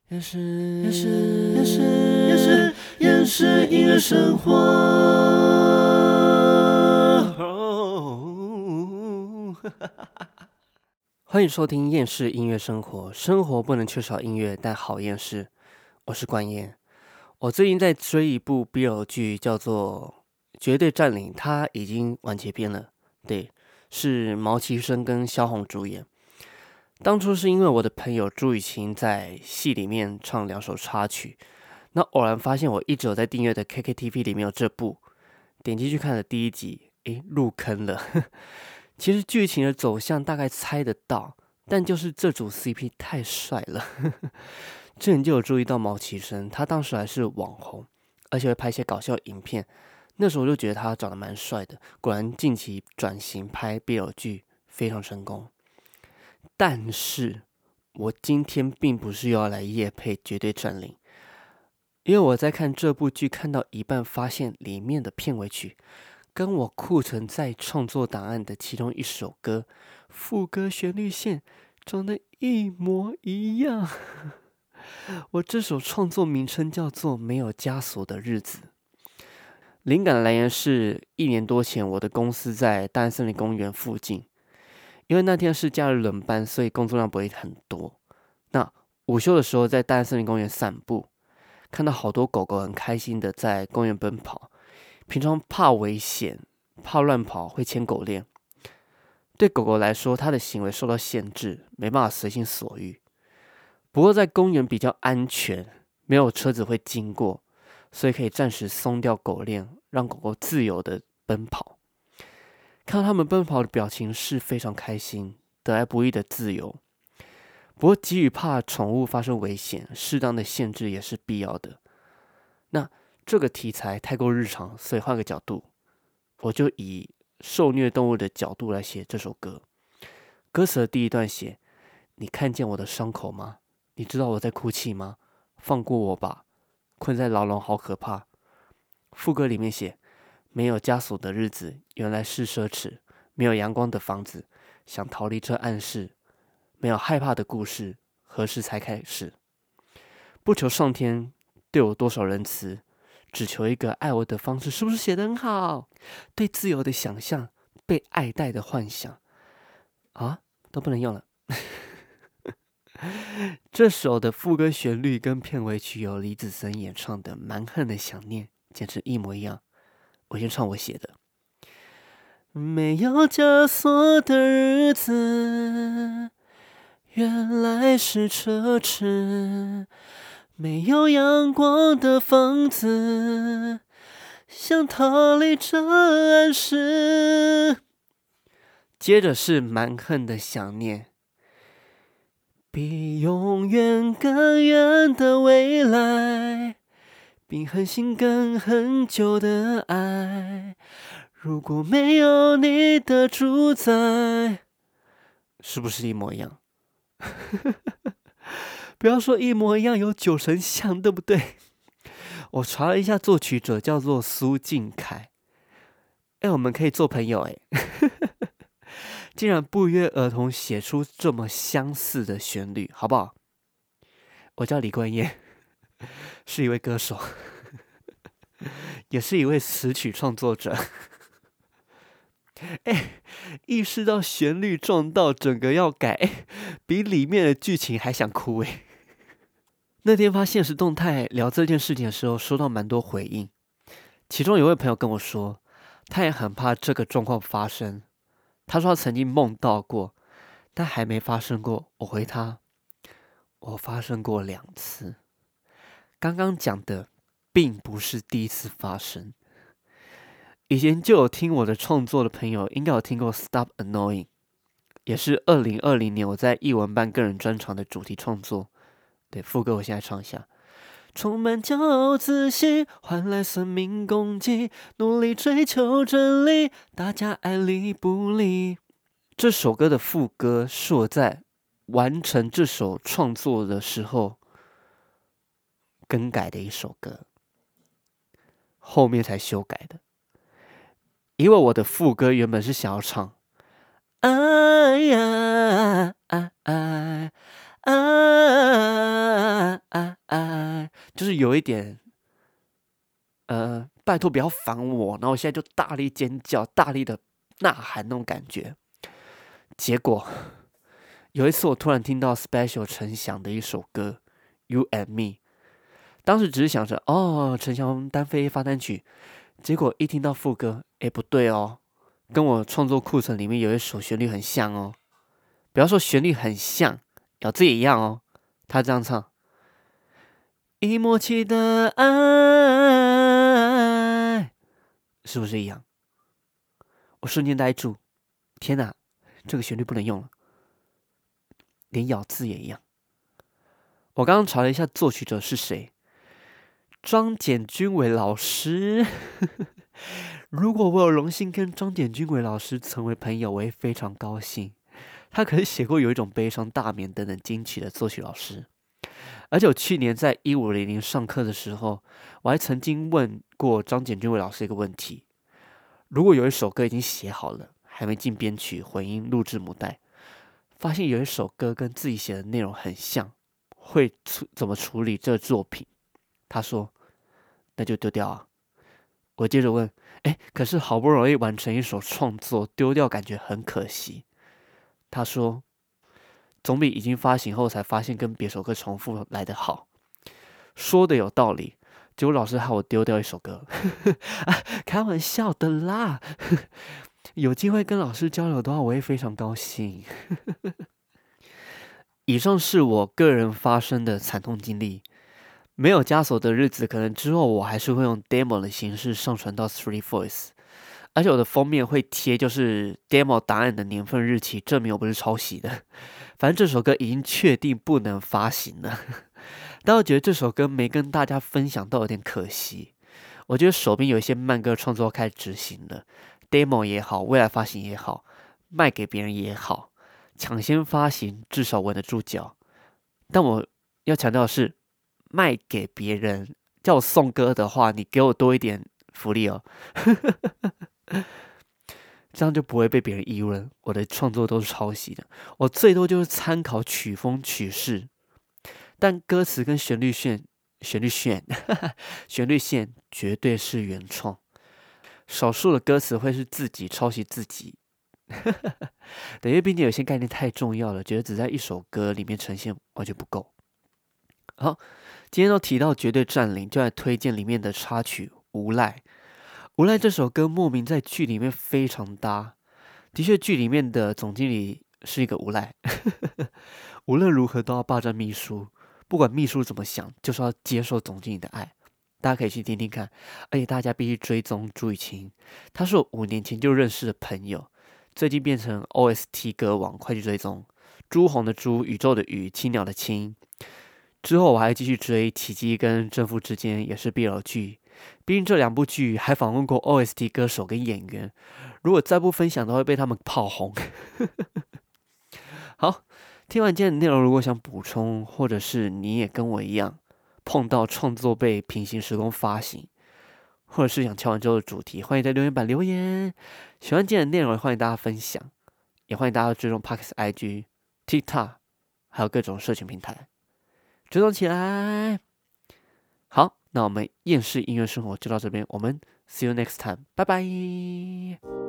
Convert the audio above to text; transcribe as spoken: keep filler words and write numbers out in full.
也是也是也是也是也是音乐生活。欢迎收听厌世音乐生活。生活不能缺少音乐，但好厌世。我是关燕。我最近在追一部 B L 剧，叫做《绝对占领》，它已经完结篇了。对，是毛奇生跟萧红主演。当初是因为我的朋友朱雨晴在戏里面唱两首插曲，那偶然发现我一直有在订阅的 K K T V 里面有这部，点进去看了第一集，诶，入坑了。其实剧情的走向大概猜得到，但就是这组 C P 太帅了。之前就有注意到毛奇生，他当时还是网红，而且会拍一些搞笑影片，那时候我就觉得他长得蛮帅的。果然近期转型拍 B L 剧非常成功。但是我今天并不是要来业配绝对占领，因为我在看这部剧看到一半，发现里面的片尾曲跟我库存在创作档案的其中一首歌副歌旋律线长得一模一样。我这首创作名称叫做《没有枷锁的日子》，灵感来源是一年多前我的公司在大安森林公园附近。因为那天是假日轮班，所以工作量不会很多。那午休的时候，在大安森林公园散步，看到好多狗狗很开心的在公园奔跑。平常怕危险、怕乱跑，会牵狗链。对狗狗来说，它的行为受到限制，没办法随心所欲。不过在公园比较安全，没有车子会经过，所以可以暂时松掉狗链，让狗狗自由的奔跑。看到他们奔跑的表情是非常开心，得来不易的自由。不过基于怕宠物发生危险，适当的限制也是必要的。那这个题材太过日常，所以换个角度，我就以受虐动物的角度来写这首歌。歌词的第一段写：你看见我的伤口吗？你知道我在哭泣吗？放过我吧，困在牢笼好可怕。副歌里面写：没有枷锁的日子，原来是奢侈；没有阳光的房子，想逃离这暗室；没有害怕的故事，何时才开始？不求上天对我多少仁慈，只求一个爱我的方式。是不是写得很好？对自由的想象，被爱戴的幻想啊，都不能用了。这首的副歌旋律跟片尾曲由李子森演唱的《蛮横的想念》简直一模一样。我先唱我写的。没有枷锁的日子，原来是奢侈；没有阳光的房子，想逃离这暗室。接着是蛮横的想念，比永远更远的未来，比狠心更很久的爱。如果没有你的主宰，是不是一模一样？不要说一模一样，有九成像，对不对？我查了一下，作曲者叫做苏敬凯。哎，我们可以做朋友哎！竟然不约而同写出这么相似的旋律，好不好？我叫李冠彦，是一位歌手，也是一位词曲创作者。哎，意识到旋律撞到整个要改，比里面的剧情还想哭哎。那天发现实动态聊这件事情的时候，收到蛮多回应。其中有位朋友跟我说，他也很怕这个状况发生。他说他曾经梦到过，但还没发生过。我回他，我发生过两次。刚刚讲的并不是第一次发生。以前就有听我的创作的朋友，应该有听过 Stop Annoying， 也是二零二零年我在艺文班个人专场的主题创作。对，副歌我现在唱一下。充满骄傲自信，换来生命攻击，努力追求真理，大家爱理不理。这首歌的副歌是我在完成这首创作的时候更改的一首歌，后面才修改的。因为我的副歌原本是想要唱哎呀哎哎哎就是有一点，呃，拜托不要烦我，然后我现在就大力尖叫，大力的呐喊那种感觉。结果有一次，我突然听到 Special 陈翔的一首歌《You and Me》，当时只是想着，哦，陈翔单飞发单曲，结果一听到副歌，哎，不对哦，跟我创作库存里面有一首旋律很像哦。不要说旋律很像，咬字也一样哦。他这样唱：一默契的爱，是不是一样？我瞬间呆住，天哪，这个旋律不能用了，连咬字也一样。我刚刚查了一下作曲者是谁，庄简君伟老师。如果我有荣幸跟庄简君伟老师成为朋友，我会非常高兴。他可是写过有一种悲伤、大眠等等惊奇的作曲老师。而且我去年在一五零零上课的时候，我还曾经问过张简君伟老师一个问题：如果有一首歌已经写好了，还没进编曲、混音、录制母带，发现有一首歌跟自己写的内容很像，会怎么处理这个作品？他说：那就丢掉啊。我接着问：哎，可是好不容易完成一首创作，丢掉感觉很可惜。他说：总比已经发行后才发现跟别首歌重复来得好。说的有道理，结果老师害我丢掉一首歌。啊，开玩笑的啦。有机会跟老师交流的话，我会非常高兴。以上是我个人发生的惨痛经历。没有枷锁的日子，可能之后我还是会用 demo 的形式上传到 Three Voice， 而且我的封面会贴就是 demo 答案的年份日期，证明我不是抄袭的。反正这首歌已经确定不能发行了，但我觉得这首歌没跟大家分享到有点可惜。我觉得手边有一些慢歌创作要开始执行了 ，demo 也好，未来发行也好，卖给别人也好，抢先发行至少稳得住脚。但我要强调的是，卖给别人叫我送歌的话，你给我多一点福利哦。这样就不会被别人议论我的创作都是抄袭的。我最多就是参考曲风曲式，但歌词跟旋律线、旋律线、旋律线绝对是原创。少数的歌词会是自己抄袭自己，因为毕竟有些概念太重要了，觉得只在一首歌里面呈现完全不够。好，今天都提到绝对占领，就来推荐里面的插曲《无赖》。无赖这首歌莫名在剧里面非常搭，的确剧里面的总经理是一个无赖，无论如何都要霸占秘书，不管秘书怎么想，就是要接受总经理的爱。大家可以去听听看，而且大家必须追踪朱雨晴，他是我五年前就认识的朋友，最近变成 O S T 歌王，快去追踪。朱红的朱，宇宙的宇，青鸟的青。之后我还继续追《奇迹》跟《正负之间》，也是 B L 剧。毕竟这两部剧还访问过 O S T 歌手跟演员，如果再不分享，都会被他们炮轰。好，听完今天的内容，如果想补充，或者是你也跟我一样碰到创作被平行时空发行，或者是想敲完之后的主题，欢迎在留言板留言。喜欢今天的内容，欢迎大家分享，也欢迎大家追踪 Podcast、I G、TikTok， 还有各种社群平台。追踪起来。好，那我们厌世音乐生活就到这边，我们 see you next time， 拜拜。